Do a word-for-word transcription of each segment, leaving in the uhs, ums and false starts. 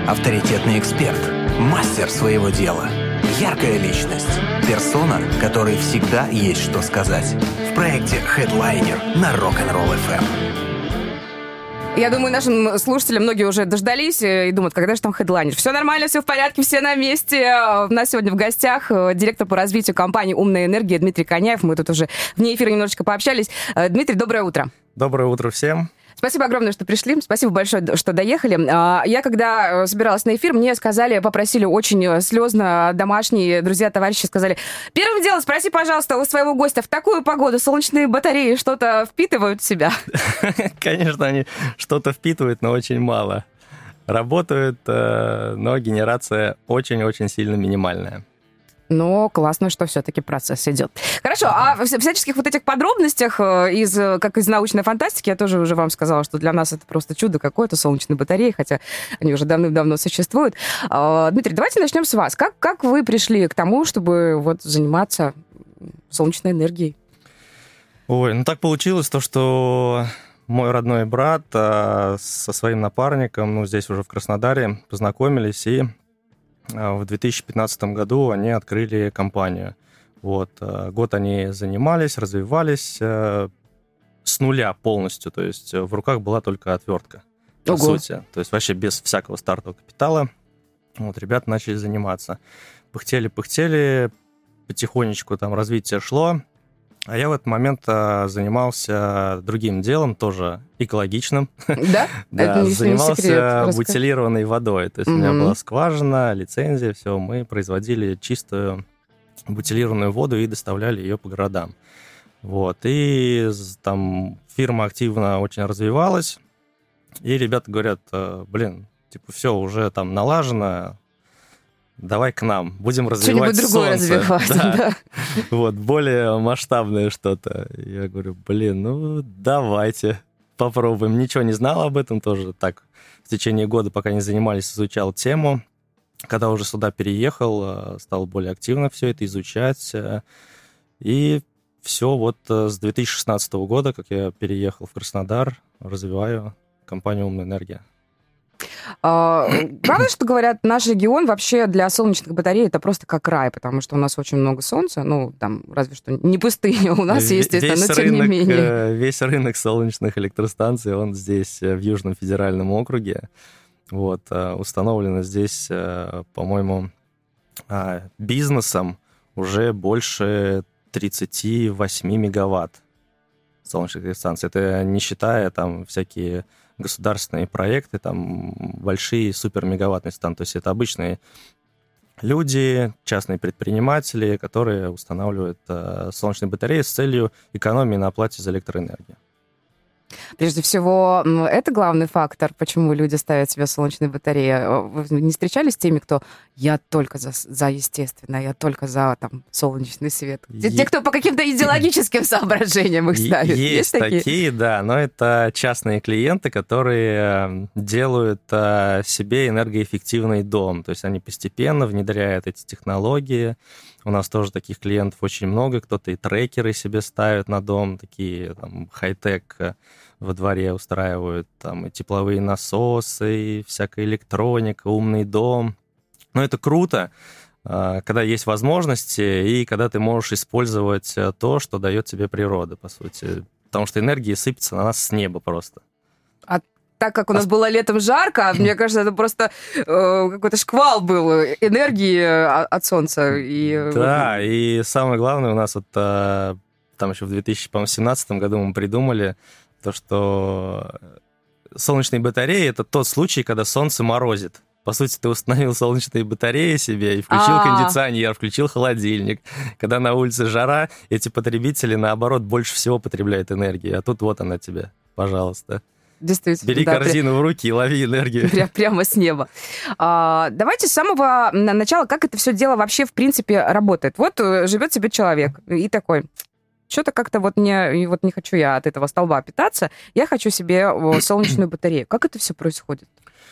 Авторитетный эксперт, мастер своего дела, яркая личность, персона, которой всегда есть что сказать. В проекте Headliner на Rock'n'Roll эф эм. Я думаю, нашим слушателям многие уже дождались и думают, когда же там хедлайнер. Все нормально, все в порядке, все на месте. У нас сегодня в гостях директор по развитию компании «Умная энергия» Дмитрий Коняев. Мы тут уже вне эфира немножечко пообщались. Дмитрий, доброе утро. Доброе утро всем. Спасибо огромное, что пришли. Спасибо большое, что доехали. Я, когда собиралась на эфир, мне сказали, попросили очень слезно домашние друзья, товарищи, сказали: первым делом спроси, пожалуйста, у своего гостя, в такую погоду солнечные батареи что-то впитывают в себя? Конечно, они что-то впитывают, но очень мало. Работают, но генерация очень-очень сильно минимальная. Но классно, что все-таки процесс идет. Хорошо, а в всяческих вот этих подробностях, из, как из научной фантастики, я тоже уже вам сказала, что для нас это просто чудо какое-то, солнечные батареи, хотя они уже давным-давно существуют. Дмитрий, давайте начнем с вас. Как, как вы пришли к тому, чтобы вот заниматься солнечной энергией? Ой, ну так получилось то, что мой родной брат со своим напарником, ну здесь уже в Краснодаре, познакомились, и в две тысячи пятнадцатом году они открыли компанию. Вот. Год они занимались, развивались с нуля полностью. То есть в руках была только отвертка, по Ого. сути. То есть вообще без всякого стартового капитала. Вот, ребята начали заниматься. Пыхтели-пыхтели, потихонечку там развитие шло. А я в этот момент а, занимался другим делом, тоже экологичным. Да? Да, занимался бутилированной водой. То есть у меня была скважина, лицензия, все. Мы производили чистую бутилированную воду и доставляли ее по городам. Вот. И там фирма активно очень развивалась. И ребята говорят: блин, типа все уже там налажено, давай к нам, будем развивать что-нибудь другое солнце. Развивать, да. Да. Вот, более масштабное что-то. Я говорю: блин, ну давайте попробуем. Ничего не знал об этом тоже. Так, в течение года, пока не занимались, изучал тему. Когда уже сюда переехал, стал более активно все это изучать. И все вот с две тысячи шестнадцатого года, как я переехал в Краснодар, развиваю компанию «Умная энергия». Правда, что говорят, наш регион вообще для солнечных батарей это просто как рай, потому что у нас очень много солнца, ну, там, разве что не пустыня у нас, естественно, весь но тем рынок, не менее. Весь рынок солнечных электростанций, он здесь, в Южном федеральном округе. Вот, установлено здесь, по-моему, бизнесом уже больше тридцать восемь мегаватт солнечных электростанций. Это не считая там всякие государственные проекты, там большие супермегаваттные станции. То есть это обычные люди, частные предприниматели, которые устанавливают э, солнечные батареи с целью экономии на оплате за электроэнергию. Прежде всего, это главный фактор, почему люди ставят себе солнечные батареи. Вы не встречались с теми, кто «я только за, за естественное, я только за там, солнечный свет»? Е- Те, кто по каким-то идеологическим соображениям их ставит. Есть, Есть такие? такие, да, но это частные клиенты, которые делают себе энергоэффективный дом. То есть они постепенно внедряют эти технологии. У нас тоже таких клиентов очень много. Кто-то и трекеры себе ставит на дом, такие там хай-тек во дворе устраивают, там и тепловые насосы, и всякая электроника, умный дом. Но это круто, когда есть возможности и когда ты можешь использовать то, что дает тебе природа, по сути. Потому что энергия сыпется на нас с неба просто. А так как у нас было летом жарко, мне кажется, это просто э, какой-то шквал был энергии от солнца. И... Да, и самое главное, у нас вот там еще в две тысячи семнадцатом году мы придумали то, что солнечные батареи — это тот случай, когда солнце морозит. По сути, ты установил солнечные батареи себе и включил А-а-а. кондиционер, включил холодильник. Когда на улице жара, эти потребители, наоборот, больше всего потребляют энергии. А тут вот она тебе, пожалуйста. Действительно. Бери да, корзину при... в руки и лови энергию. Прям, прямо с неба. А, давайте с самого начала, как это все дело вообще, в принципе, работает. Вот живет себе человек и такой... Что-то как-то вот не, вот не хочу я от этого столба питаться, я хочу себе солнечную батарею. Как это все происходит?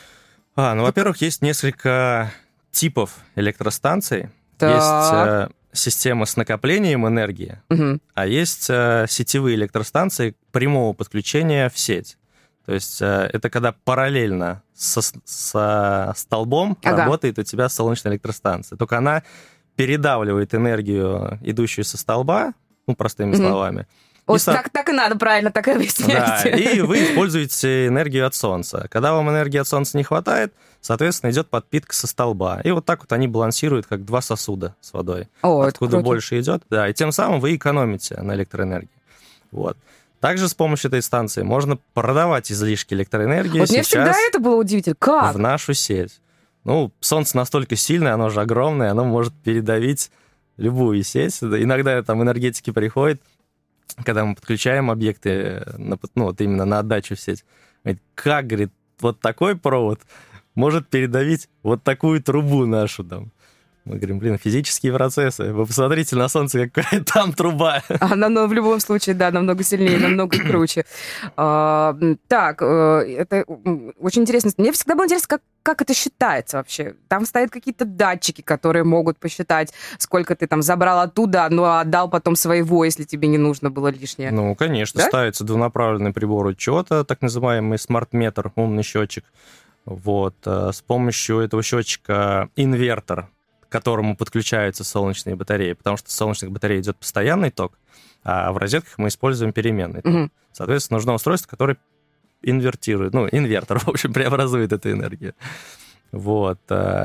А, ну, во-первых, есть несколько типов электростанций. Так. Есть э, система с накоплением энергии, угу. а есть э, сетевые электростанции прямого подключения в сеть. То есть это когда параллельно со, со столбом ага. работает у тебя солнечная электростанция. Только она передавливает энергию, идущую со столба, ну, простыми mm-hmm. словами. Вот и так, со... так и надо, правильно, так и объясняйте. Да, и вы используете энергию от солнца. Когда вам энергии от солнца не хватает, соответственно, идет подпитка со столба. И вот так вот они балансируют, как два сосуда с водой. О, откуда больше идет, да, и тем самым вы экономите на электроэнергии. Вот. Также с помощью этой станции можно продавать излишки электроэнергии вот сейчас мне всегда это было удивительно. Как? В нашу сеть. Ну, солнце настолько сильное, оно же огромное, оно может передавить любую сеть. Иногда там энергетики приходят, когда мы подключаем объекты, ну, вот именно на отдачу в сеть. Говорит, как, говорит, вот такой провод может передавить вот такую трубу нашу там. Мы говорим, блин, физические процессы. Вы посмотрите на солнце, какая там труба. Она, но в любом случае, да, намного сильнее, намного круче. А, так, это очень интересно. Мне всегда было интересно, как, как это считается вообще. Там стоят какие-то датчики, которые могут посчитать, сколько ты там забрал оттуда, но отдал потом своего, если тебе не нужно было лишнее. Ну, конечно, да? Ставится двунаправленный прибор учета, так называемый смарт-метр, умный счетчик. Вот. С помощью этого счетчика инвертор, к которому подключаются солнечные батареи, потому что с солнечных батарей идет постоянный ток, а в розетках мы используем переменный ток. Угу. Соответственно, нужно устройство, которое инвертирует, ну, инвертор, в общем, преобразует эту энергию. Вот.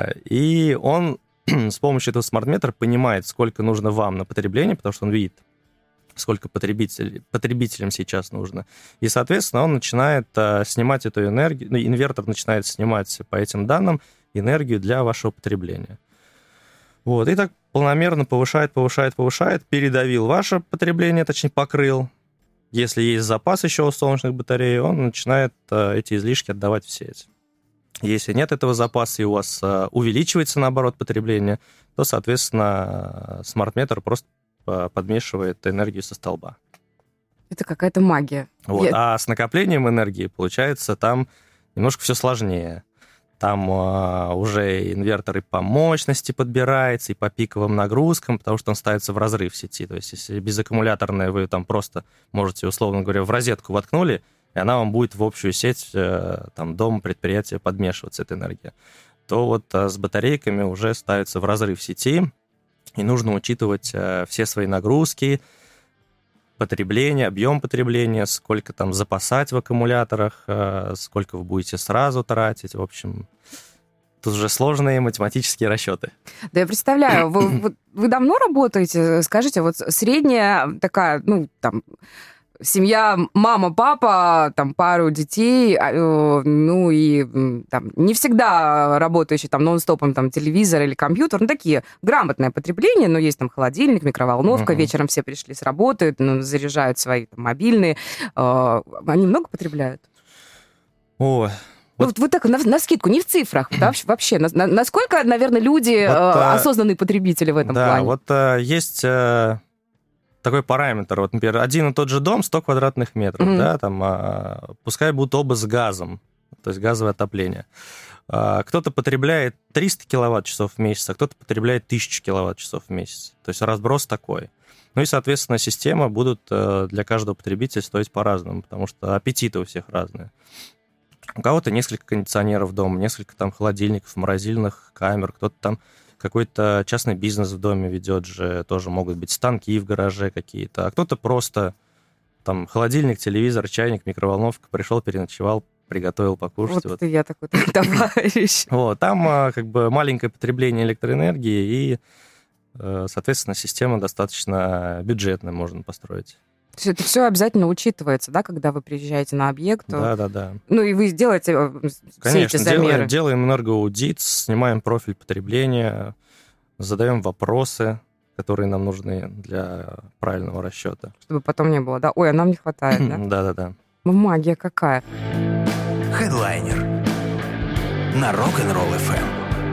И он с помощью этого смарт-метра понимает, сколько нужно вам на потребление, потому что он видит, сколько потребитель, потребителям сейчас нужно. И, соответственно, он начинает снимать эту энергию, ну, инвертор начинает снимать по этим данным энергию для вашего потребления. Вот, и так планомерно повышает, повышает, повышает, передавил ваше потребление, точнее, покрыл. Если есть запас еще у солнечных батарей, он начинает а, эти излишки отдавать в сеть. Если нет этого запаса и у вас а, увеличивается, наоборот, потребление, то, соответственно, смарт-метр просто а, подмешивает энергию со столба. Это какая-то магия. Вот. Я... А с накоплением энергии, получается, там немножко все сложнее. Там э, уже инвертор и по мощности подбирается, и по пиковым нагрузкам, потому что он ставится в разрыв сети. То есть если безаккумуляторное, вы там просто можете, условно говоря, в розетку воткнули, и она вам будет в общую сеть э, там, дома, предприятия подмешиваться, эта энергия. То вот э, с батарейками уже ставится в разрыв сети, и нужно учитывать э, все свои нагрузки, потребление, объем потребления, сколько там запасать в аккумуляторах, сколько вы будете сразу тратить. В общем, тут уже сложные математические расчеты. Да я представляю, вы, вы, вы давно работаете? Скажите, вот средняя такая, ну, там, семья, мама, папа, там, пару детей, ну, и там, не всегда работающий там нон-стопом там, телевизор или компьютер, ну, такие грамотное потребление, но есть там холодильник, микроволновка, uh-huh. вечером все пришли с работы, ну, заряжают свои там, мобильные. Они много потребляют? О, ну, вот, вот так, на, на скидку, не в цифрах, вообще, вообще на, на, насколько, наверное, люди вот, а, осознанные потребители в этом да, плане? Да, вот а, есть... А... такой параметр. Вот, например, один и тот же дом, сто квадратных метров, mm-hmm. да, там, а, пускай будут оба с газом, то есть газовое отопление. А, кто-то потребляет триста киловатт-часов в месяц, а кто-то потребляет тысячу киловатт-часов в месяц. То есть разброс такой. Ну и, соответственно, система будут для каждого потребителя стоить по-разному, потому что аппетиты у всех разные. У кого-то несколько кондиционеров дома, несколько там холодильников, морозильных камер, кто-то там какой-то частный бизнес в доме ведет же, тоже могут быть станки в гараже какие-то, а кто-то просто там холодильник, телевизор, чайник, микроволновка, пришел, переночевал, приготовил покушать. Вот, вот. Это я такой товарищ. Вот, там как бы маленькое потребление электроэнергии и, соответственно, система достаточно бюджетная, можно построить. То есть это все обязательно учитывается, да, когда вы приезжаете на объект? Да, да, да. Ну и вы делаете все Конечно, эти замеры? Делаем, делаем энергоаудит, снимаем профиль потребления, задаем вопросы, которые нам нужны для правильного расчета. Чтобы потом не было, да? Ой, а нам не хватает, да? Да, да, да. Ну, магия какая. Хедлайнер на Rock'n'Roll эф эм.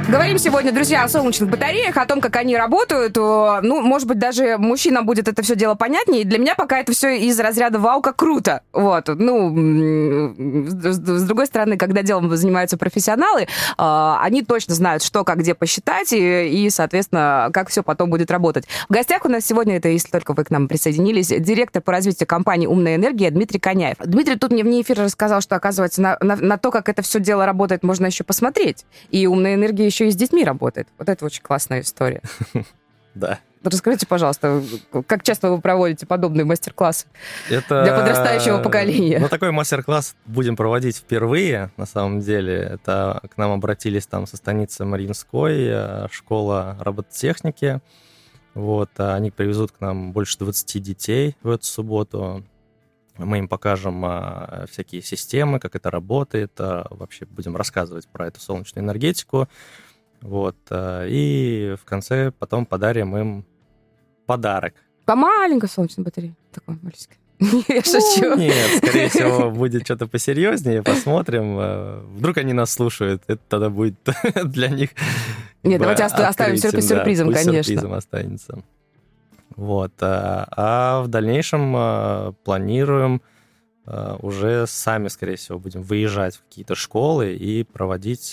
Говорим сегодня, друзья, о солнечных батареях, о том, как они работают. Ну, может быть, даже мужчинам будет это все дело понятнее. Для меня пока это все из разряда «вау, как круто». Вот. Ну, с другой стороны, когда делом занимаются профессионалы, они точно знают, что, как, где посчитать и, и, соответственно, как все потом будет работать. В гостях у нас сегодня, это если только вы к нам присоединились, директор по развитию компании «Умная энергия» Дмитрий Коняев. Дмитрий тут мне вне эфира рассказал, что, оказывается, на, на, на то, как это все дело работает, можно еще посмотреть. И «Умная энергия» еще и с детьми работает. Вот это очень классная история. Да. Расскажите, пожалуйста, как часто вы проводите подобные мастер-классы это... для подрастающего поколения? Ну, такой мастер-класс будем проводить впервые, на самом деле. Это к нам обратились там со станицы Мариинской, школа робототехники. Вот, они привезут к нам больше двадцати детей в эту субботу. Мы им покажем а, всякие системы, как это работает, а, вообще будем рассказывать про эту солнечную энергетику. Вот, а, и в конце потом подарим им подарок. По маленькой солнечной батарее. Такой маленький. Я шучу. Нет, скорее всего, будет что-то посерьезнее, посмотрим. Вдруг они нас слушают, это тогда будет для них... Нет, давайте оставим сюрпризом, конечно. Сюрпризом останется. Вот. А в дальнейшем планируем уже сами, скорее всего, будем выезжать в какие-то школы и проводить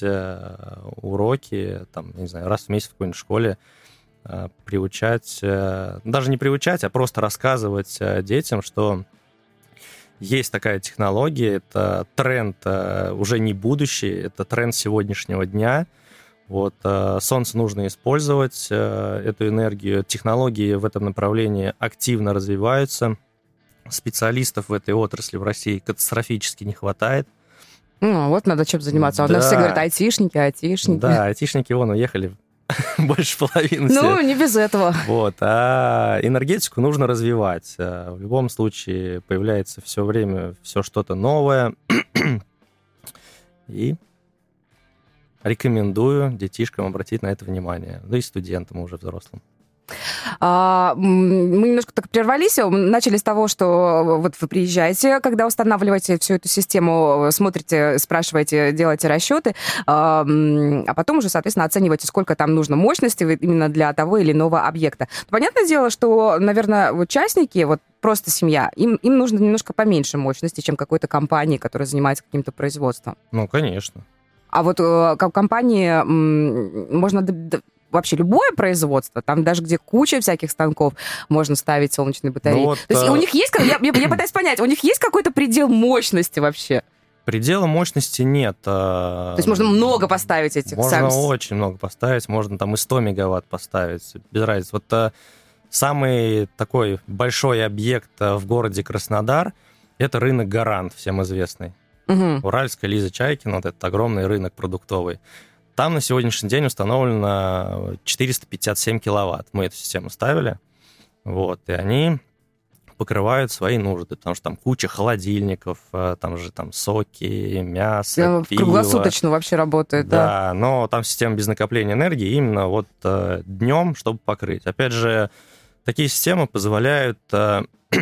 уроки, там, не знаю, раз в месяц в какой-нибудь школе, приучать, даже не приучать, а просто рассказывать детям, что есть такая технология, это тренд уже не будущий, это тренд сегодняшнего дня. Вот, солнце нужно использовать, эту энергию. Технологии в этом направлении активно развиваются. Специалистов в этой отрасли в России катастрофически не хватает. Ну, вот надо чем заниматься. А да. У нас все говорят айтишники, айтишники. Да, айтишники вон уехали больше половины. Ну, не без этого. Вот, а энергетику нужно развивать. В любом случае появляется все время все что-то новое. И рекомендую детишкам обратить на это внимание, да и студентам уже взрослым. А, мы немножко так прервались, начали с того, что вот вы приезжаете, когда устанавливаете всю эту систему, смотрите, спрашиваете, делаете расчеты, а, а потом уже, соответственно, оцениваете, сколько там нужно мощности именно для того или иного объекта. Понятное дело, что, наверное, участники, вот просто семья, им, им нужно немножко поменьше мощности, чем какой-то компании, которая занимается каким-то производством. Ну, конечно. А вот как компании можно вообще любое производство, там даже где куча всяких станков, можно ставить солнечные батареи. Ну, вот, То есть а... у них есть, я, я, я пытаюсь понять, у них есть какой-то предел мощности вообще? Предела мощности нет. То есть можно много поставить этих Можно сам... очень много поставить, можно там и сто мегаватт поставить, без разницы. Вот а, самый такой большой объект в городе Краснодар — это рынок «Гарант», всем известный. Угу. Уральская, Лиза Чайкина, вот этот огромный рынок продуктовый. Там на сегодняшний день установлено четыреста пятьдесят семь киловатт. Мы эту систему ставили, вот, и они покрывают свои нужды, потому что там куча холодильников, там же там соки, мясо, да, пиво. Круглосуточно вообще работает, да. Да, но там система без накопления энергии именно вот э, днем, чтобы покрыть. Опять же, такие системы позволяют э,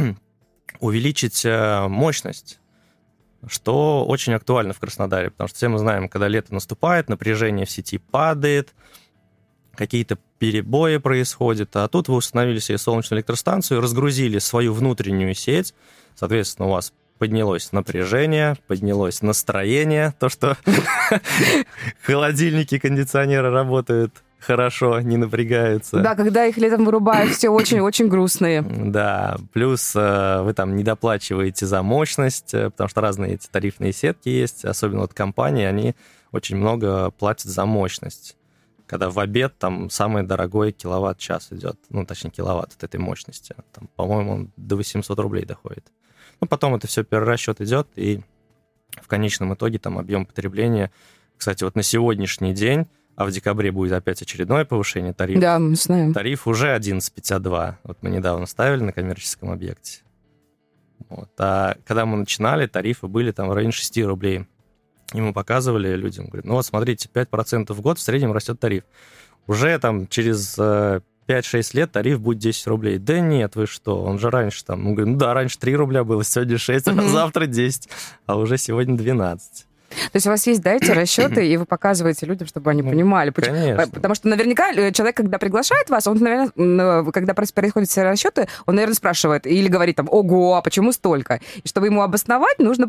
увеличить э, мощность, что очень актуально в Краснодаре, потому что все мы знаем, когда лето наступает, напряжение в сети падает, какие-то перебои происходят, а тут вы установили себе солнечную электростанцию, разгрузили свою внутреннюю сеть, соответственно, у вас поднялось напряжение, поднялось настроение, то, что холодильники, кондиционеры работают хорошо, не напрягаются. Да, когда их летом вырубают, все очень-очень грустные. Да, плюс вы там не доплачиваете за мощность, потому что разные эти тарифные сетки есть, особенно вот компании, они очень много платят за мощность. Когда в обед там самый дорогой киловатт-час идет, ну, точнее, киловатт от этой мощности. Там, по-моему, он до восемьсот рублей доходит. Ну, потом это все перерасчет идет, и в конечном итоге там объем потребления... Кстати, вот на сегодняшний день, а в декабре будет опять очередное повышение тарифа. Да, мы знаем. Тариф уже одиннадцать пятьдесят два. Вот мы недавно ставили на коммерческом объекте. Вот. А когда мы начинали, тарифы были там в районе шесть рублей. И мы показывали людям, говорят, ну вот смотрите, пять процентов в год в среднем растет тариф. Уже там через пять-шесть лет тариф будет десять рублей. Да нет, вы что, он же раньше там, мы говорим, ну да, раньше три рубля было, сегодня шесть, а завтра десять, а уже сегодня двенадцать. То есть у вас есть, да, эти расчеты, и вы показываете людям, чтобы они понимали. Конечно. Потому что наверняка человек, когда приглашает вас, он, наверное, когда происходят все расчеты, он, наверное, спрашивает или говорит там, ого, а почему столько? И чтобы ему обосновать, нужно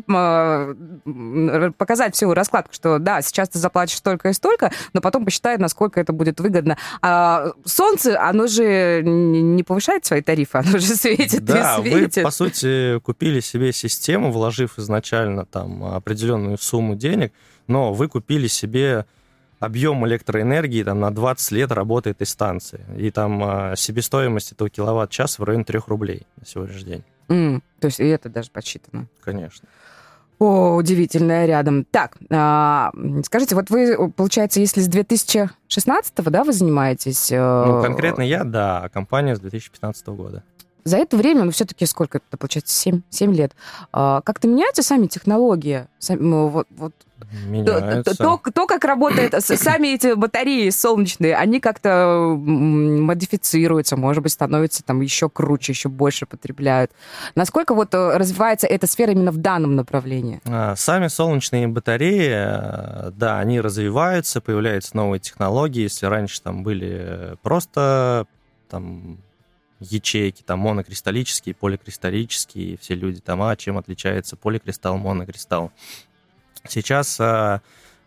показать всю раскладку, что да, сейчас ты заплатишь столько и столько, но потом посчитай, насколько это будет выгодно. А солнце, оно же не повышает свои тарифы, оно же светит да, и светит. Да, вы, по сути, купили себе систему, вложив изначально там определенную сумму денег, но вы купили себе объем электроэнергии там, на двадцать лет работы этой станции. И там себестоимость этого киловатт-часа в районе трех рублей на сегодняшний день. Mm, то есть и это даже подсчитано. Конечно. О, удивительное рядом. Так, а, скажите, вот вы, получается, если с две тысячи шестнадцатого, да, вы занимаетесь? Ну, конкретно я, да, а компания с две тысячи пятнадцатого года. За это время, ну, все-таки сколько это, получается, семь, семь лет, а, как-то меняются сами технологии? Сами, ну, вот, вот, меняются. То, то, то, как работают сами эти батареи солнечные, они как-то модифицируются, может быть, становятся там еще круче, еще больше потребляют. Насколько вот развивается эта сфера именно в данном направлении? Сами солнечные батареи, да, они развиваются, появляются новые технологии. Если раньше там были просто там ячейки, там монокристаллические, поликристаллические, все люди там, а чем отличается поликристалл, монокристалл? Сейчас а,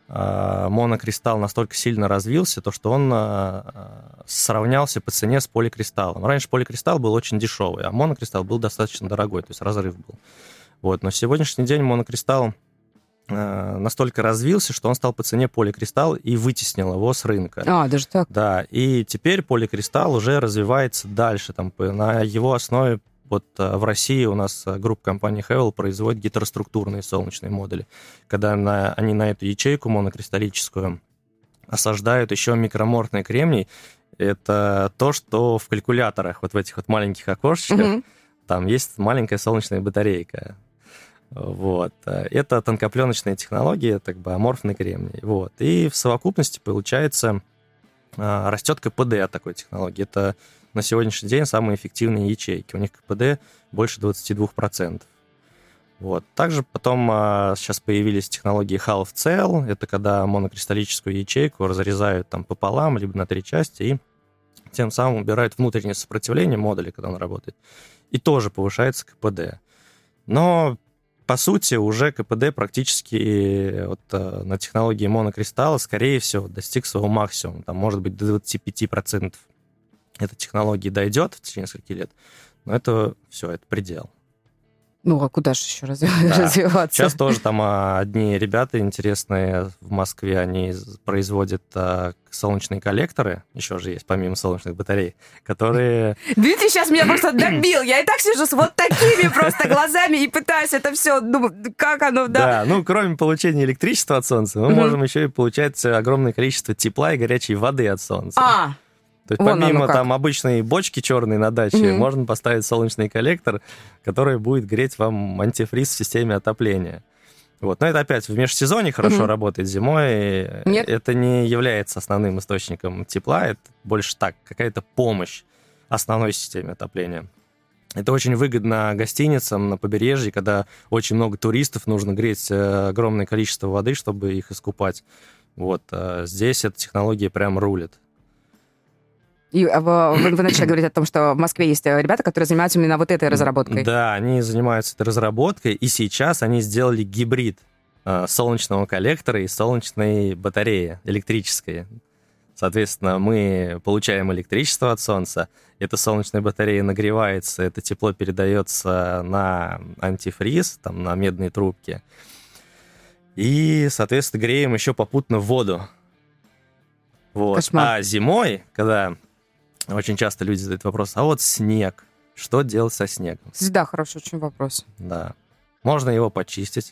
а, монокристалл настолько сильно развился, то, что он а, сравнялся по цене с поликристаллом. Раньше поликристалл был очень дешевый, а монокристалл был достаточно дорогой, то есть разрыв был. Вот. Но в сегодняшний день монокристалл а, настолько развился, что он стал по цене поликристалл и вытеснил его с рынка. А, даже так? Да, и теперь поликристалл уже развивается дальше. Там, на его основе вот в России у нас группа компании Havells производит гетероструктурные солнечные модули, когда на, они на эту ячейку монокристаллическую осаждают еще микроморфный кремний. Это то, что в калькуляторах, вот в этих вот маленьких окошечках, mm-hmm. там есть маленькая солнечная батарейка. Вот. Это тонкопленочная технология, так бы аморфный кремний. Вот. И в совокупности, получается, растет КПД от такой технологии. Это на сегодняшний день самые эффективные ячейки. У них КПД больше двадцать два процента. Вот. Также потом а, сейчас появились технологии Half Cell. Это когда монокристаллическую ячейку разрезают там пополам, либо на три части, и тем самым убирают внутреннее сопротивление модуля, когда он работает. И тоже повышается КПД. Но, по сути, уже КПД практически вот, на технологии монокристалла, скорее всего, достиг своего максимума. Там, может быть, до двадцать пять процентов эта технология дойдет в течение нескольких лет, но это все, это предел. Ну, а куда же еще разв... да. развиваться? Сейчас тоже там одни ребята интересные в Москве, они производят а, солнечные коллекторы, еще же есть, помимо солнечных батарей, которые... Дмитрий сейчас меня просто добил. Я и так сижу с вот такими просто глазами и пытаюсь это все, думаю, как оно, да? Да, ну, кроме получения электричества от солнца, мы mm-hmm. можем еще и получать огромное количество тепла и горячей воды от солнца. А, То есть Вон помимо там обычной бочки черной на даче, mm-hmm. можно поставить солнечный коллектор, который будет греть вам антифриз в системе отопления. Вот. Но это опять в межсезонье хорошо mm-hmm. работает, зимой Нет. это не является основным источником тепла, это больше так, какая-то помощь основной системе отопления. Это очень выгодно гостиницам на побережье, когда очень много туристов, нужно греть огромное количество воды, чтобы их искупать. Вот. Здесь эта технология прям рулит. И вы, вы начали говорить о том, что в Москве есть ребята, которые занимаются именно вот этой разработкой. Да, они занимаются этой разработкой, и сейчас они сделали гибрид э, солнечного коллектора и солнечной батареи электрической. Соответственно, мы получаем электричество от солнца, эта солнечная батарея нагревается, это тепло передается на антифриз, там, на медные трубки, и, соответственно, греем еще попутно воду. Вот. Кошмар. А зимой, когда... Очень часто люди задают вопрос, а вот снег, что делать со снегом? Да, хороший очень вопрос. Да. Можно его почистить,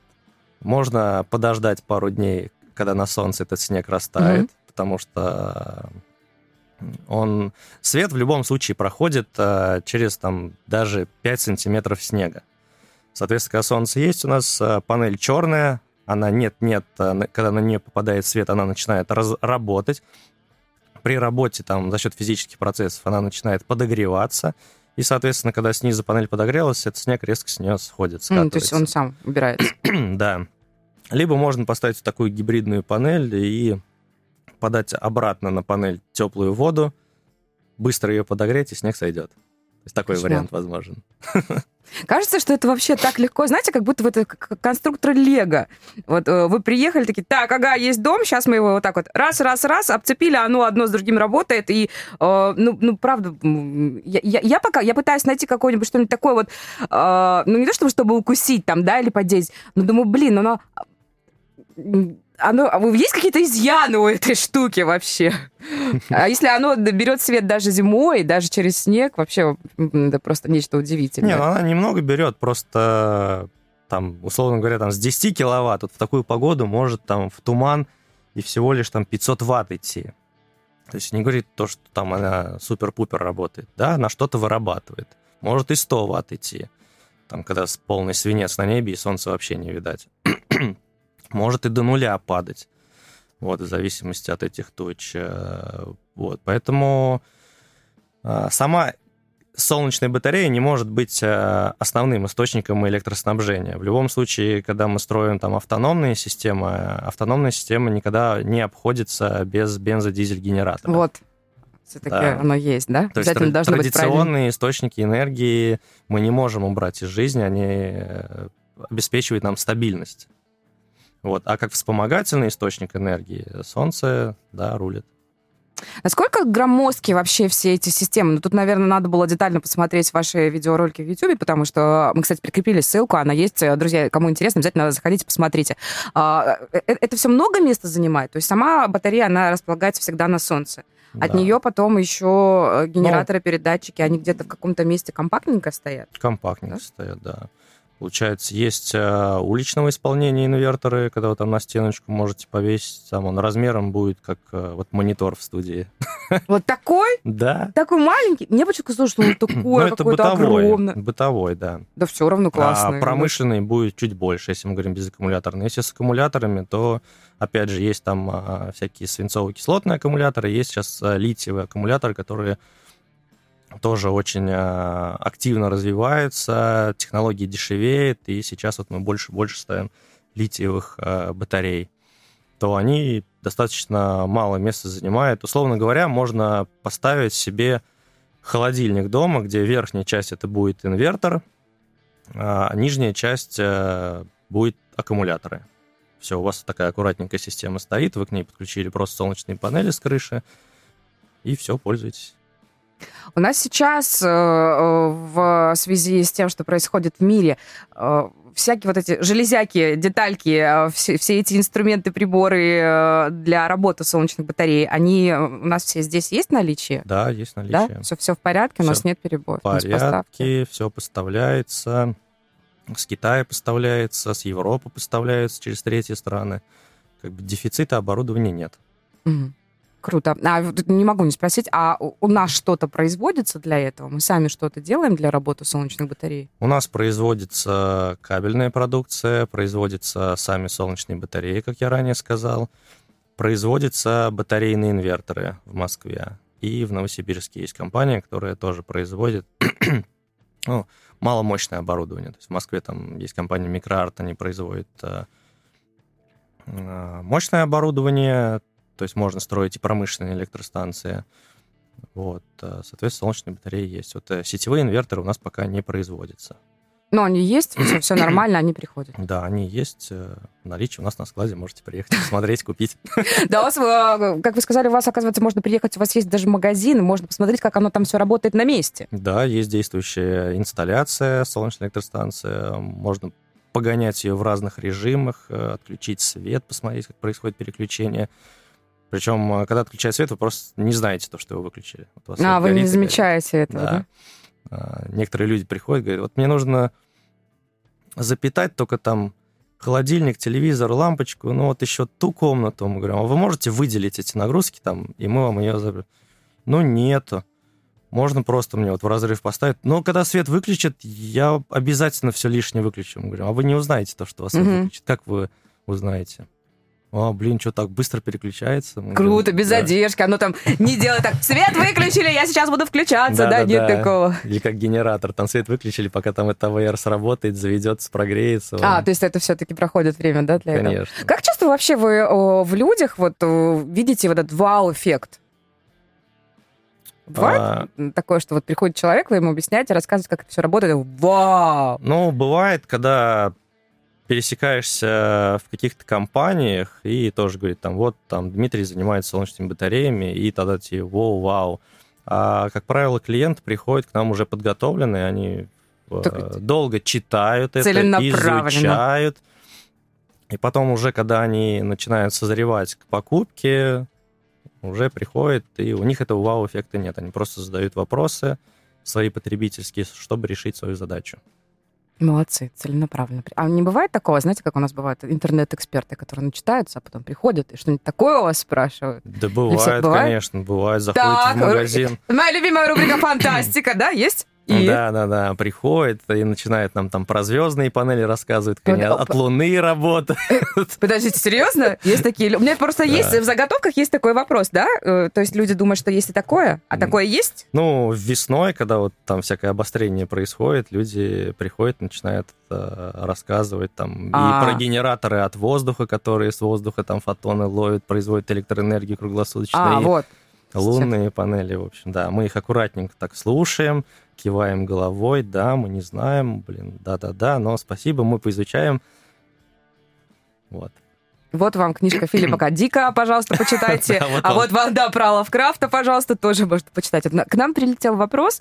можно подождать пару дней, когда на солнце этот снег растает, угу. потому что он... Свет в любом случае проходит а, через там, даже пять сантиметров снега. Соответственно, когда солнце есть, у нас а, панель черная, она нет-нет, а, когда на нее попадает свет, она начинает раз- работать. При работе там, за счет физических процессов она начинает подогреваться, и, соответственно, когда снизу панель подогрелась, этот снег резко с нее сходит, скатывается. Mm, то есть он сам убирается. Да. Либо можно поставить такую гибридную панель и подать обратно на панель теплую воду, быстро ее подогреть, и снег сойдет. То есть такой Кошмар. Вариант возможен. Кажется, что это вообще так легко. Знаете, как будто вы это конструктор Лего. Вот вы приехали, такие, так, ага, есть дом, сейчас мы его вот так вот раз-раз-раз обцепили, оно одно с другим работает. И, э, ну, ну, правда, я, я, я пока, я пытаюсь найти какое-нибудь что-нибудь такое вот, э, ну, не то чтобы, чтобы укусить там, да, или подеть, но думаю, блин, оно... Оно, есть какие-то изъяны у этой штуки вообще? А если оно берет свет даже зимой, даже через снег, вообще это просто нечто удивительное. Не, ну она немного берет, просто там, условно говоря, там с десяти киловатт вот в такую погоду может там в туман и всего лишь там пятьсот ватт идти. То есть не говорит то, что там она супер-пупер работает. Да, она что-то вырабатывает. Может и сто ватт идти. Там, когда полный свинец на небе и солнца вообще не видать. Может и до нуля падать, вот, в зависимости от этих туч. Вот, поэтому сама солнечная батарея не может быть основным источником электроснабжения. В любом случае, когда мы строим там автономные системы, автономная система никогда не обходится без бензодизель-генератора. Вот. Все-таки да. Оно есть, да? То есть тр- традиционные источники энергии мы не можем убрать из жизни, они обеспечивают нам стабильность. Вот. А как вспомогательный источник энергии, солнце, да, рулит. Насколько громоздкие вообще все эти системы? Ну, тут, наверное, надо было детально посмотреть ваши видеоролики в YouTube, потому что мы, кстати, прикрепили ссылку, она есть. Друзья, кому интересно, обязательно заходите, посмотрите. Это все много места занимает? То есть сама батарея, она располагается всегда на солнце. От да. нее потом еще генераторы, ну, передатчики, они где-то в каком-то месте компактненько стоят? Компактненько да? стоят, да. Получается, есть э, уличного исполнения инверторы, когда вы там на стеночку можете повесить, там он размером будет как э, вот монитор в студии. Вот такой? Да. Такой маленький? Мне почему-то казалось, что он такой, какой-то огромный. Бытовой, да. Да все равно классный. А промышленный будет чуть больше, если мы говорим безаккумуляторный. Если с аккумуляторами, то, опять же, есть там а, всякие свинцово-кислотные аккумуляторы, есть сейчас а, литиевые аккумуляторы, которые тоже очень э, активно развиваются, технологии дешевеют, и сейчас вот мы больше и больше ставим литиевых э, батарей, то они достаточно мало места занимают. Условно говоря, можно поставить себе холодильник дома, где верхняя часть это будет инвертор, а нижняя часть э, будет аккумуляторы. Все, у вас такая аккуратненькая система стоит, вы к ней подключили просто солнечные панели с крыши, и все, пользуйтесь. У нас сейчас э, в связи с тем, что происходит в мире, э, всякие вот эти железяки, детальки, э, все, все эти инструменты, приборы э, для работы солнечных батарей, они у нас все здесь есть в наличии? Да, есть наличие. Да? Все, все в порядке, все у нас нет перебоев? В порядке, все поставляется, с Китая поставляется, с Европы поставляется через третьи страны. Как бы дефицита оборудования нет. Угу. Круто. А не могу не спросить, а у нас что-то производится для этого? Мы сами что-то делаем для работы солнечных батарей? У нас производится кабельная продукция, производятся сами солнечные батареи, как я ранее сказал, производятся батарейные инверторы в Москве. И в Новосибирске есть компания, которая тоже производит ну, маломощное оборудование. То есть в Москве там есть компания Микроарт, они производят мощное оборудование. То есть можно строить и промышленные электростанции. Вот. Соответственно, солнечные батареи есть. Вот сетевые инверторы у нас пока не производятся. Но они есть, все, все нормально, они приходят. Да, они есть. В наличии у нас на складе. Можете приехать, посмотреть, купить. Да, у вас, как вы сказали, у вас, оказывается, можно приехать, у вас есть даже магазин, можно посмотреть, как оно там все работает на месте. Да, есть действующая инсталляция, солнечная электростанция. Можно погонять ее в разных режимах, отключить свет, посмотреть, как происходит переключение. Причем, когда отключает свет, вы просто не знаете то, что его выключили. Вот а, вы не замечаете этого, да? да? Некоторые люди приходят, говорят, вот мне нужно запитать только там холодильник, телевизор, лампочку, ну вот еще ту комнату. Мы говорим, а вы можете выделить эти нагрузки там, и мы вам ее заберем? Ну, нету. Можно просто мне вот в разрыв поставить. Но когда свет выключат, я обязательно все лишнее выключу. Мы говорим, а вы не узнаете то, что у вас свет mm-hmm. выключит. Как вы узнаете? О, блин, что так быстро переключается? Мы Круто, говорим, без да. задержки. Оно там не делает так, свет выключили, я сейчас буду включаться, да, нет такого. Или как генератор, там свет выключили, пока там это эй ви ар сработает, заведется, прогреется. А, то есть это все-таки проходит время, да, для этого? Конечно. Как часто вообще вы о, в людях вот о, видите вот этот вау-эффект? Бывает А, такое, что вот приходит человек, вы ему объясняете, рассказываете, как это все работает, вау! Ну, бывает, когда пересекаешься в каких-то компаниях и тоже говорит, там, вот, там, Дмитрий занимается солнечными батареями, и тогда тебе вау-вау. А, как правило, клиенты приходят к нам уже подготовленные, они Так долго читают это, изучают. И потом уже, когда они начинают созревать к покупке, уже приходят, и у них этого вау-эффекта нет. Они просто задают вопросы свои потребительские, чтобы решить свою задачу. Молодцы, целенаправленно. А не бывает такого, знаете, как у нас бывают интернет-эксперты, которые начитаются, а потом приходят и что-нибудь такое у вас спрашивают? Да бывает, бывает? конечно, бывает. Заходите так, в магазин. Моя любимая рубрика «Фантастика», да, есть? И? Да, да, да, приходит и начинает нам там про звездные панели рассказывать, как они от Луны работают. Подождите, серьезно? Есть такие? У меня просто есть, в заготовках есть такой вопрос, да? То есть люди думают, что есть и такое, а такое есть? Ну, весной, когда вот там всякое обострение происходит, люди приходят, начинают рассказывать там и про генераторы от воздуха, которые с воздуха там фотоны ловят, производят электроэнергию круглосуточно. А, вот. Лунные панели, в общем, да. Мы их аккуратненько так слушаем, киваем головой, да, мы не знаем, блин, да-да-да, но спасибо, мы поизучаем. Вот. Вот вам книжка Филиппа К. Дика, пожалуйста, почитайте. А вот вам, да, про Лавкрафта, пожалуйста, тоже можете почитать. К нам прилетел вопрос.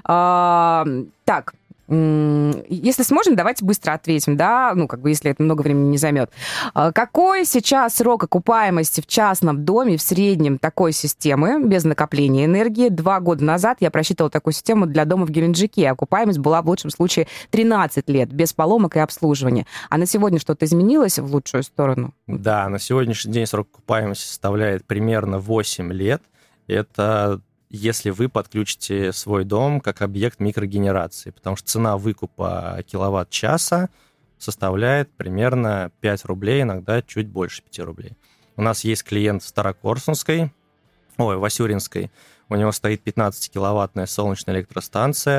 Так, если сможем, давайте быстро ответим, да, ну, как бы, если это много времени не займет. Какой сейчас срок окупаемости в частном доме в среднем такой системы без накопления энергии? Два года назад я просчитывала такую систему для дома в Геленджике. Окупаемость была в лучшем случае тринадцать лет, без поломок и обслуживания. А на сегодня что-то изменилось в лучшую сторону? Да, на сегодняшний день срок окупаемости составляет примерно восемь лет. Это если вы подключите свой дом как объект микрогенерации, потому что цена выкупа киловатт-часа составляет примерно пять рублей, иногда чуть больше пяти рублей. У нас есть клиент в Старокорсунской, ой, Васюринской, у него стоит пятнадцатикиловаттная солнечная электростанция.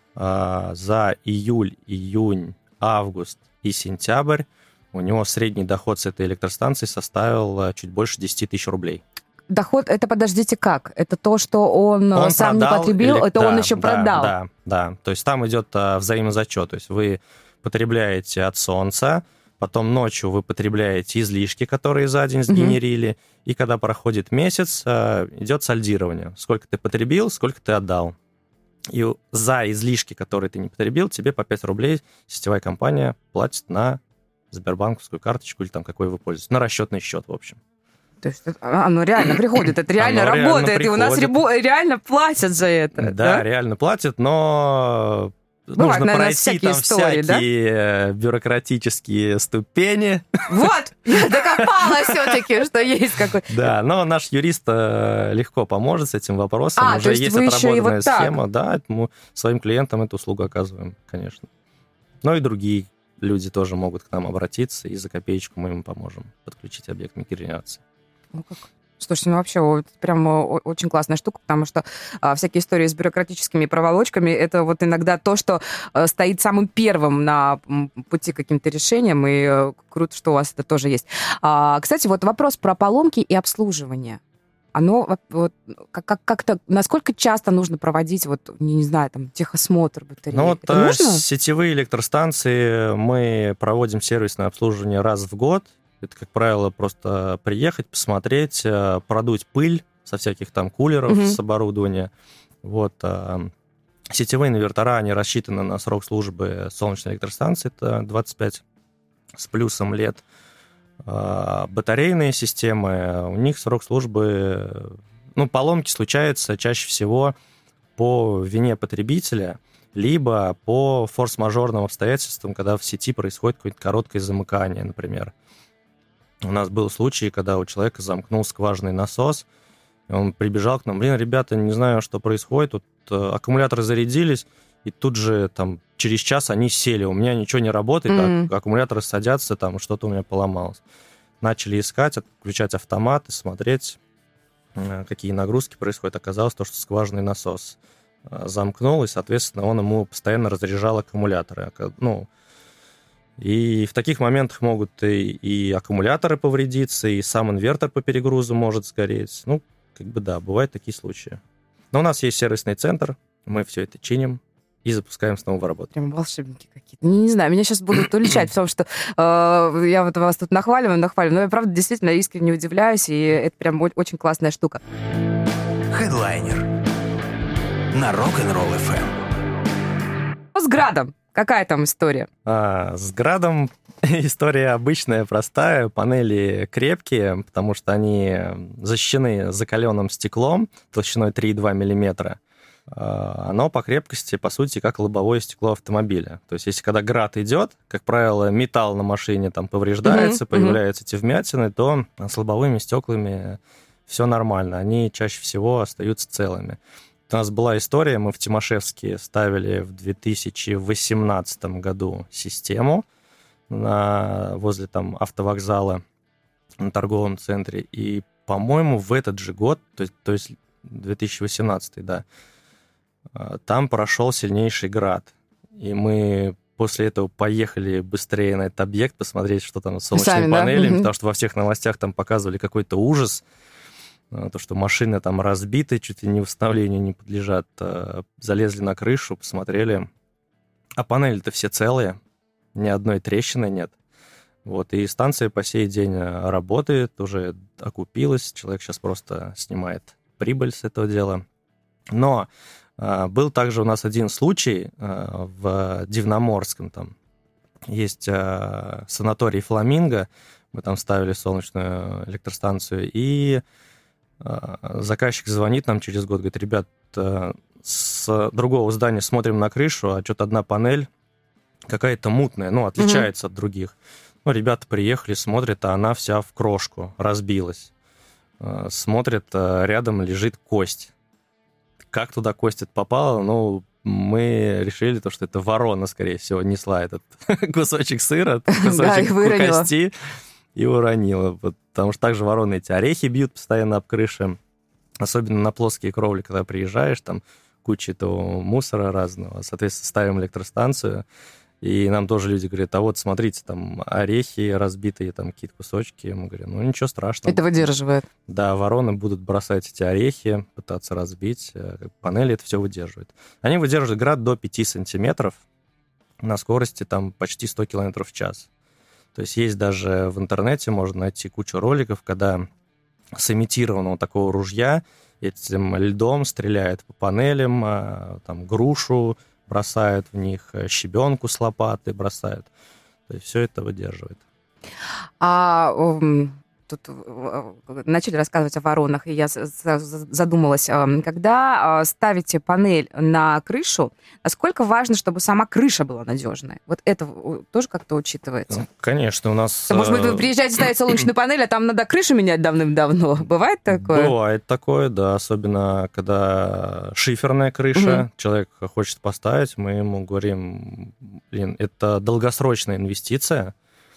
За июль, июнь, август и сентябрь у него средний доход с этой электростанции составил чуть больше десять тысяч рублей. Доход, это, подождите, как? Это то, что он, он сам не потребил, или... это да, он еще да, продал? Да, да. То есть там идет а, взаимозачет. То есть вы потребляете от солнца, потом ночью вы потребляете излишки, которые за день сгенерили, угу. и когда проходит месяц, а, идет сальдирование. Сколько ты потребил, сколько ты отдал. И за излишки, которые ты не потребил, тебе по пять рублей сетевая компания платит на сбербанковскую карточку или там какой вы пользуетесь, на расчетный счет, в общем. То есть оно реально приходит, это реально оно работает, реально и у нас реально платят за это. Да, да? реально платят, но бывает, нужно наверное, пройти всякие там истории, всякие да? бюрократические ступени. Вот, я докопалась все-таки, что есть какой-то. Да, но наш юрист легко поможет с этим вопросом. А, уже есть, есть отработанная схема. Да, мы своим клиентам эту услугу оказываем, конечно. Но и другие люди тоже могут к нам обратиться, и за копеечку мы им поможем подключить объект микрогенерации. Ну как? Слушайте, ну вообще вот, прям очень классная штука, потому что а, всякие истории с бюрократическими проволочками, это вот иногда то, что а, стоит самым первым на пути к каким-то решениям, и а, круто, что у вас это тоже есть. А, кстати, вот вопрос про поломки и обслуживание. Оно вот, как- как-то, насколько часто нужно проводить, вот, не, не знаю, там, техосмотр батареи? Ну вот это нужно? сетевые электростанции мы проводим сервисное обслуживание раз в год. Это, как правило, просто приехать, посмотреть, продуть пыль со всяких там кулеров, угу. с оборудования. Вот. Сетевые инвертора, они рассчитаны на срок службы солнечной электростанции, это двадцать пять с плюсом лет. Батарейные системы, у них срок службы... Ну, поломки случаются чаще всего по вине потребителя, либо по форс-мажорным обстоятельствам, когда в сети происходит какое-то короткое замыкание, например. У нас был случай, когда у человека замкнул скважинный насос, и он прибежал к нам: блин, ребята, не знаю, что происходит, тут аккумуляторы зарядились, и тут же там через час они сели, у меня ничего не работает, mm-hmm. а аккумуляторы садятся, там что-то у меня поломалось. Начали искать, включать автомат и смотреть, какие нагрузки происходят. Оказалось, то, что скважинный насос замкнул, и, соответственно, он ему постоянно разряжал аккумуляторы. Ну, и в таких моментах могут и, и аккумуляторы повредиться, и сам инвертор по перегрузу может сгореть. Ну, как бы да, бывают такие случаи. Но у нас есть сервисный центр, мы все это чиним и запускаем снова в работу. Прям волшебники какие-то. Не, не знаю, меня сейчас будут уличать в том, что э, я вот вас тут нахваливаю, нахваливаю, но я, правда, действительно искренне удивляюсь, и это прям очень классная штука. Headliner на Rock'n'Roll эф эм. С Градом. Какая там история? А, с Градом история обычная, простая. Панели крепкие, потому что они защищены закаленным стеклом толщиной три и два миллиметра. А, оно по крепкости, по сути, как лобовое стекло автомобиля. То есть если когда град идет, как правило, металл на машине там повреждается, mm-hmm. появляются эти вмятины, то с лобовыми стеклами все нормально. Они чаще всего остаются целыми. У нас была история, мы в Тимашевске ставили в две тысячи восемнадцатом году систему на, возле там автовокзала на торговом центре, и, по-моему, в этот же год, то есть, то есть две тысячи восемнадцатый, да, там прошел сильнейший град, и мы после этого поехали быстрее на этот объект посмотреть, что там с солнечными Сами, панелями, да? Потому что во всех новостях там показывали какой-то ужас, то, что машины там разбиты, чуть ли не восстановлению не подлежат. Залезли на крышу, посмотрели. А панели-то все целые, ни одной трещины нет. Вот, и станция по сей день работает, уже окупилась. Человек сейчас просто снимает прибыль с этого дела. Но а, был также у нас один случай а, в Дивноморском. Там есть а, санаторий «Фламинго». Мы там ставили солнечную электростанцию, и заказчик звонит нам через год, говорит: ребят, с другого здания смотрим на крышу, а что-то одна панель какая-то мутная, ну, отличается mm-hmm. от других. Ну, ребята приехали, смотрят, а она вся в крошку, разбилась. Смотрят, рядом лежит кость. Как туда кость попала? Ну, мы решили, то, что это ворона, скорее всего, несла этот кусочек сыра, кусочек кости и уронила. Потому что также вороны эти орехи бьют постоянно об крыши. Особенно на плоские кровли, когда приезжаешь, там куча этого мусора разного. Соответственно, ставим электростанцию, и нам тоже люди говорят: а вот смотрите, там орехи разбитые, там какие-то кусочки. Мы говорим: ну ничего страшного. Это выдерживает. Да, вороны будут бросать эти орехи, пытаться разбить. Панели это все выдерживают. Они выдерживают град до пяти сантиметров на скорости там почти сто километров в час. То есть есть даже в интернете, можно найти кучу роликов, когда с имитированного такого ружья этим льдом стреляют по панелям, там грушу бросают в них, щебенку с лопаты бросают. То есть все это выдерживает. А тут начали рассказывать о воронах, и я задумалась, когда ставите панель на крышу, насколько важно, чтобы сама крыша была надежная? Вот это тоже как-то учитывается? Ну, конечно, у нас... Может быть, вы приезжаете ставить солнечную панель, а там надо крышу менять давным-давно. Бывает такое? Бывает такое, да, особенно когда шиферная крыша, угу. человек хочет поставить, мы ему говорим: блин, это долгосрочная инвестиция,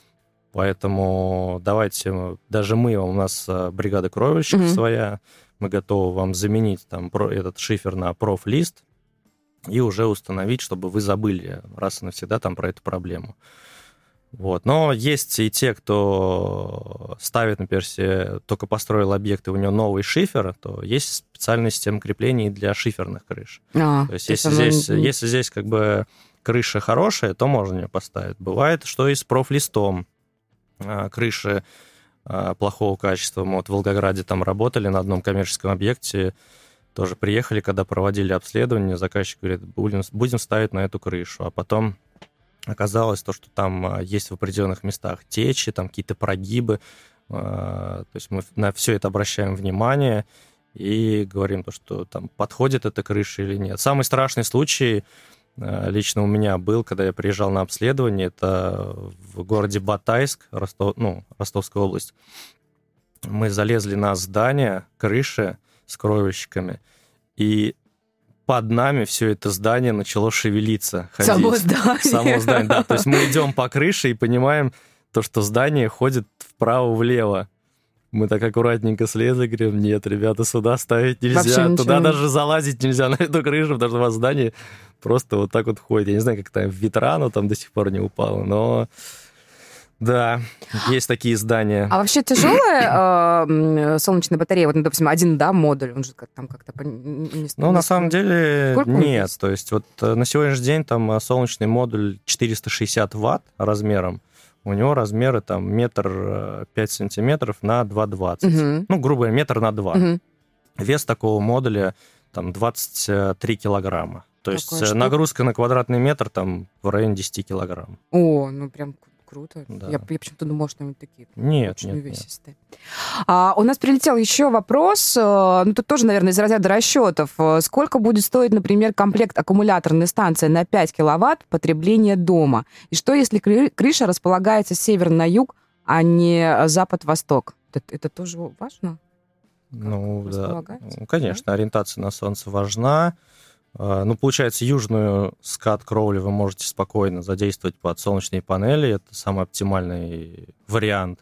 поэтому давайте, даже мы, у нас бригада кровельщиков mm-hmm. своя, мы готовы вам заменить там этот шифер на профлист и уже установить, чтобы вы забыли раз и навсегда там про эту проблему. Вот. Но есть и те, кто ставит, например, себе, только построил объект, и у него новый шифер, то есть специальная система креплений для шиферных крыш. А, то есть если здесь, мы... если здесь как бы крыша хорошая, то можно ее поставить. Бывает, что и с профлистом крыши плохого качества. Мы вот в Волгограде там работали на одном коммерческом объекте, тоже приехали, когда проводили обследование, заказчик говорит: будем, будем ставить на эту крышу. А потом оказалось то, что там есть в определенных местах течи, там какие-то прогибы. То есть мы на все это обращаем внимание и говорим то, что там подходит эта крыша или нет. Самый страшный случай лично у меня был, когда я приезжал на обследование, это в городе Батайск, Ростов, ну, Ростовская область. Мы залезли на здание, крыши с кровельщиками, и под нами все это здание начало шевелиться. Ходить. Само здание. Само здание, да. То есть мы идем по крыше и понимаем, то, что здание ходит вправо-влево. Мы так аккуратненько слезли, говорим, нет, ребята, сюда ставить нельзя, туда даже залазить нельзя, на эту крышу, потому что у вас здание просто вот так вот ходит. Я не знаю, как там ветра, оно там до сих пор не упало, но да, есть такие здания. А вообще тяжелая э, солнечная батарея? Вот, ну, допустим, один, да, модуль, он же как, там как-то... Не, не, ну, не на самом деле Сколько нет. То есть вот на сегодняшний день там солнечный модуль четыреста шестьдесят ватт размером. У него размеры там метр пять сантиметров на два двадцать. Uh-huh. Ну, грубо говоря, метр на два. Uh-huh. Вес такого модуля там двадцать три килограмма. То есть Такая нагрузка штука. На квадратный метр там в районе десять килограмм. О, ну прям круто. Да. Я, я почему-то думала, что они такие нет, очень нет, увесистые. А, у нас прилетел еще вопрос, ну тут тоже, наверное, из разряда расчетов. Сколько будет стоить, например, комплект аккумуляторной станции на пять киловатт потребления дома? И что, если крыша располагается с севера на юг, а не запад-восток? Это, это тоже важно? Ну, да. Ну, конечно, да? Ориентация на солнце важна. Ну, получается, южную скат-кровлю вы можете спокойно задействовать под солнечные панели. Это самый оптимальный вариант.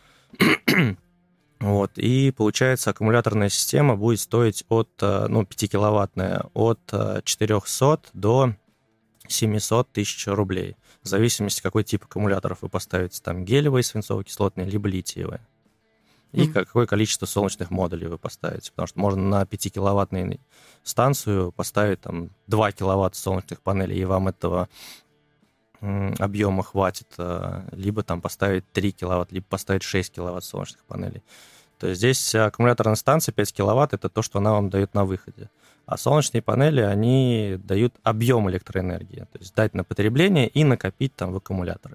Вот. И, получается, аккумуляторная система будет стоить от, ну, пятикиловаттная, от четырехсот до семисот тысяч рублей. В зависимости, какой тип аккумуляторов вы поставите. Там гелевые, свинцово-кислотные, либо литиевые. И mm-hmm. какое количество солнечных модулей вы поставите. Потому что можно на пятикиловаттную станцию поставить там два киловатта солнечных панелей, и вам этого м, объема хватит. Либо там поставить три киловатта, либо поставить шесть киловатт солнечных панелей. То есть здесь аккумуляторная станция пять киловатт – это то, что она вам дает на выходе. А солнечные панели, они дают объем электроэнергии. То есть дать на потребление и накопить там в аккумуляторы.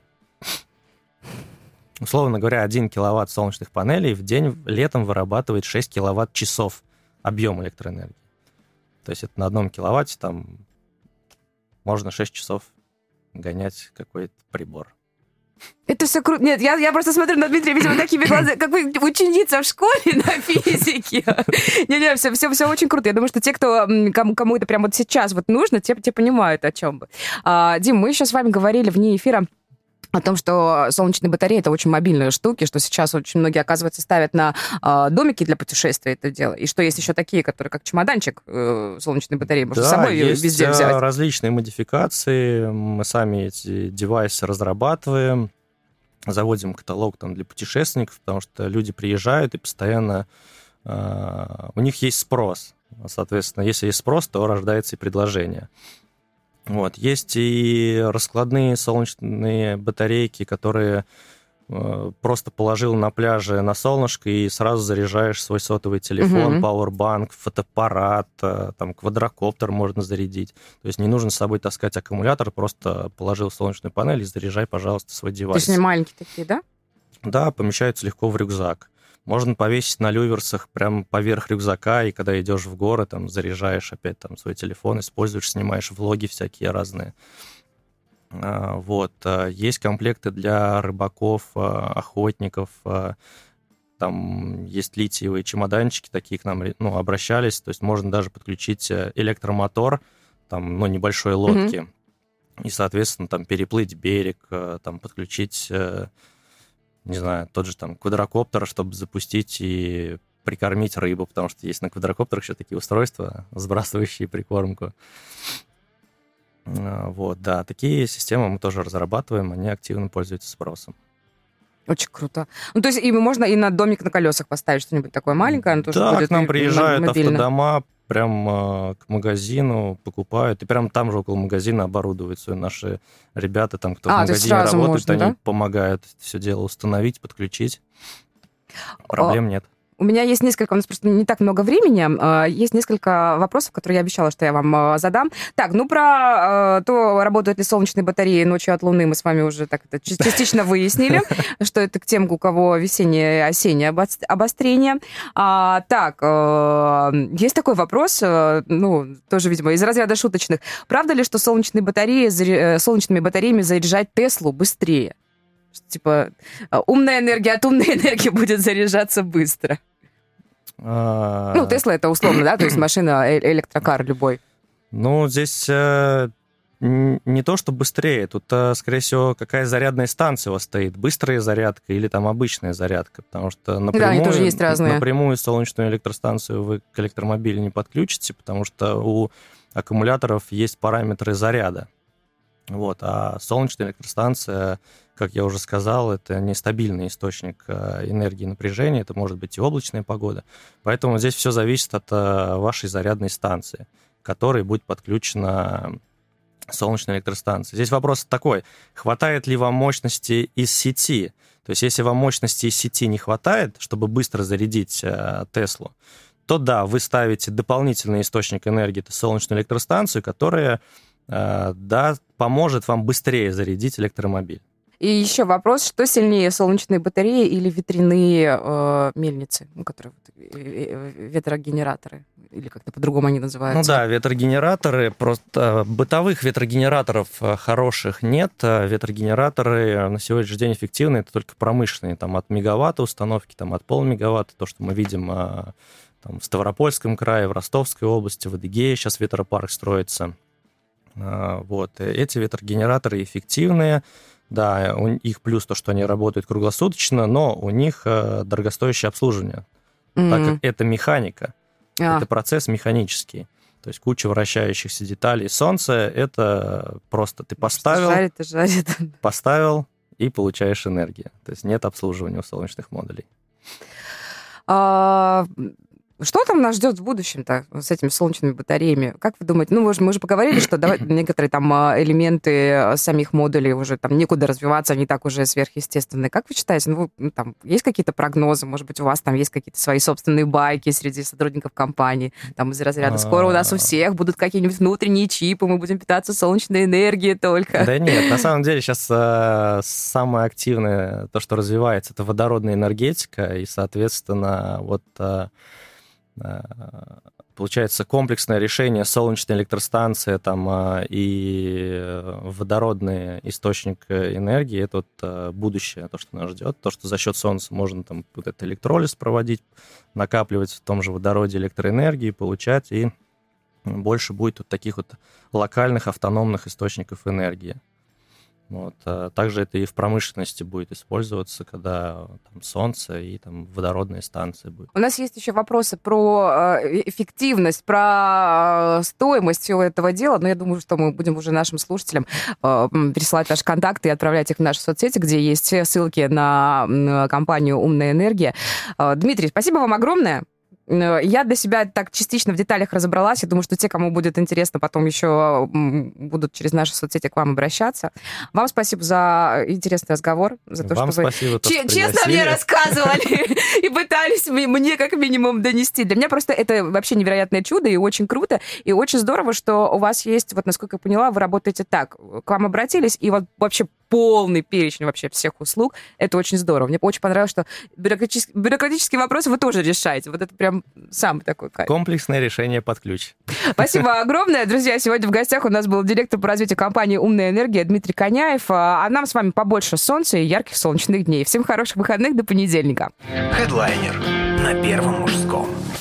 Условно говоря, один киловатт солнечных панелей в день летом вырабатывает шесть киловатт-часов объем электроэнергии. То есть это на одном киловатте там можно шесть часов гонять какой-то прибор. Это все круто. Нет, я, я просто смотрю на Дмитрия, видимо, такими глазами, как вы ученица в школе на физике. Не-не, все, все, все очень круто. Я думаю, что те, кто, кому, кому это прямо вот сейчас вот нужно, те, те понимают, о чем бы. А, Дим, мы еще с вами говорили вне эфира о том, что солнечные батареи — это очень мобильные штуки, что сейчас очень многие, оказывается, ставят на э, домики для путешествий это дело, и что есть еще такие, которые как чемоданчик э, солнечной батареи, можно да, с собой ее везде взять. Да, различные модификации, мы сами эти девайсы разрабатываем, заводим каталог там для путешественников, потому что люди приезжают и постоянно э, у них есть спрос. Соответственно, если есть спрос, то рождается и предложение. Вот. Есть и раскладные солнечные батарейки, которые э, просто положил на пляже на солнышко и сразу заряжаешь свой сотовый телефон, uh-huh. пауэрбанк, фотоаппарат, э, там, квадрокоптер можно зарядить. То есть не нужно с собой таскать аккумулятор, просто положил солнечную панель и заряжай, пожалуйста, свой девайс. То есть они маленькие такие, да? Да, помещаются легко в рюкзак. Можно повесить на люверсах прямо поверх рюкзака, и когда идешь в горы, там, заряжаешь опять там свой телефон, используешь, снимаешь влоги всякие разные. Вот. Есть комплекты для рыбаков, охотников, там есть литиевые чемоданчики, такие к нам, ну, обращались, то есть можно даже подключить электромотор, там, ну, небольшой лодки, mm-hmm. и, соответственно, там переплыть берег, там, подключить... не знаю, тот же там квадрокоптер, чтобы запустить и прикормить рыбу, потому что есть на квадрокоптерах еще такие устройства, сбрасывающие прикормку. Вот, да, такие системы мы тоже разрабатываем, они активно пользуются спросом. Очень круто. Ну, то есть и можно и на домик на колесах поставить что-нибудь такое маленькое, оно тоже да, будет к нам приезжают мобильно. Автодома, прям э, к магазину покупают, и прям там же около магазина оборудуются наши ребята, там, кто а, в магазине работает, можно, они да? помогают все дело установить, подключить. Проблем О. нет. У меня есть несколько, у нас просто не так много времени, есть несколько вопросов, которые я обещала, что я вам задам. Так, ну про то, работают ли солнечные батареи ночью от Луны, мы с вами уже так это частично выяснили, что это к тем, у кого весеннее и осеннее обострение. А, так, есть такой вопрос, ну, тоже, видимо, из разряда шуточных. Правда ли, что солнечные батареи, солнечными батареями заряжать Теслу быстрее? Типа, умная энергия от умной энергии будет заряжаться быстро. А... Ну, Тесла это условно, да? То есть машина, электрокар любой. Ну, здесь э, Не то, что быстрее. Тут, скорее всего, какая зарядная станция у вас стоит. Быстрая зарядка или там обычная зарядка. Потому что напрямую, да, они тоже есть разные. Напрямую солнечную электростанцию вы к электромобилю не подключите, потому что у аккумуляторов есть параметры заряда. Вот. А солнечная электростанция, как я уже сказал, это нестабильный источник энергии и напряжения. Это может быть и облачная погода. Поэтому здесь все зависит от вашей зарядной станции, к которой будет подключена солнечной электростанции. Здесь вопрос такой, хватает ли вам мощности из сети? То есть если вам мощности из сети не хватает, чтобы быстро зарядить э, Теслу, то да, вы ставите дополнительный источник энергии, это солнечную электростанцию, которая э, да, поможет вам быстрее зарядить электромобиль. И еще вопрос, что сильнее, солнечные батареи или ветряные э, мельницы, ну, которые ветрогенераторы, или как-то по-другому они называются? Ну да, ветрогенераторы, просто бытовых ветрогенераторов хороших нет. Ветрогенераторы на сегодняшний день эффективны, это только промышленные, там от мегаватта установки, там от полмегаватта, то, что мы видим там, в Ставропольском крае, в Ростовской области, в Адыгее сейчас ветропарк строится. Вот. Эти ветрогенераторы эффективные. Да, у их плюс то, что они работают круглосуточно, но у них дорогостоящее обслуживание, mm-hmm. так как это механика, ah. это процесс механический. То есть куча вращающихся деталей. Солнце — это просто ты поставил, жарит, жарит. поставил и получаешь энергию. То есть нет обслуживания у солнечных модулей. А... Что там нас ждет в будущем-то с этими солнечными батареями? Как вы думаете? Ну, мы же, мы же поговорили, что давай, некоторые там элементы самих модулей уже там некуда развиваться, они так уже сверхъестественные. Как вы считаете, ну, вы, там есть какие-то прогнозы? Может быть, у вас там есть какие-то свои собственные байки среди сотрудников компании? Там из разряда скоро у нас у всех будут какие-нибудь внутренние чипы, мы будем питаться солнечной энергией только. Да нет, на самом деле сейчас э, самое активное, то, что развивается, это водородная энергетика, и, соответственно, вот... Э, получается комплексное решение солнечной электростанции там, и водородный источник энергии. Это вот будущее, то, что нас ждет. То, что за счет солнца можно там, вот этот электролиз проводить, накапливать в том же водороде электроэнергии, получать, и больше будет вот таких вот локальных автономных источников энергии. Вот. Также это и в промышленности будет использоваться, когда там солнце и там водородные станции будут. У нас есть еще вопросы про эффективность, про стоимость всего этого дела, но я думаю, что мы будем уже нашим слушателям пересылать наши контакты и отправлять их в наши соцсети, где есть все ссылки на компанию «Умная энергия». Дмитрий, спасибо вам огромное. Я для себя так частично в деталях разобралась. Я думаю, что те, кому будет интересно, потом еще будут через наши соцсети к вам обращаться. Вам спасибо за интересный разговор, за то, вам что спасибо, вы то, ч- честно мне рассказывали и пытались мне как минимум донести. Для меня просто это вообще невероятное чудо и очень круто, и очень здорово, что у вас есть, вот насколько я поняла, вы работаете так. К вам обратились, и вот вообще полный перечень вообще всех услуг. Это очень здорово. Мне очень понравилось, что бюрократические, бюрократические вопросы вы тоже решаете. Вот это прям самый такой кайф. Комплексное решение под ключ. Спасибо огромное. Друзья, сегодня в гостях у нас был директор по развитию компании «Умная энергия» Дмитрий Коняев. А нам с вами побольше солнца и ярких солнечных дней. Всем хороших выходных, до понедельника. Хедлайнер на Первом мужском.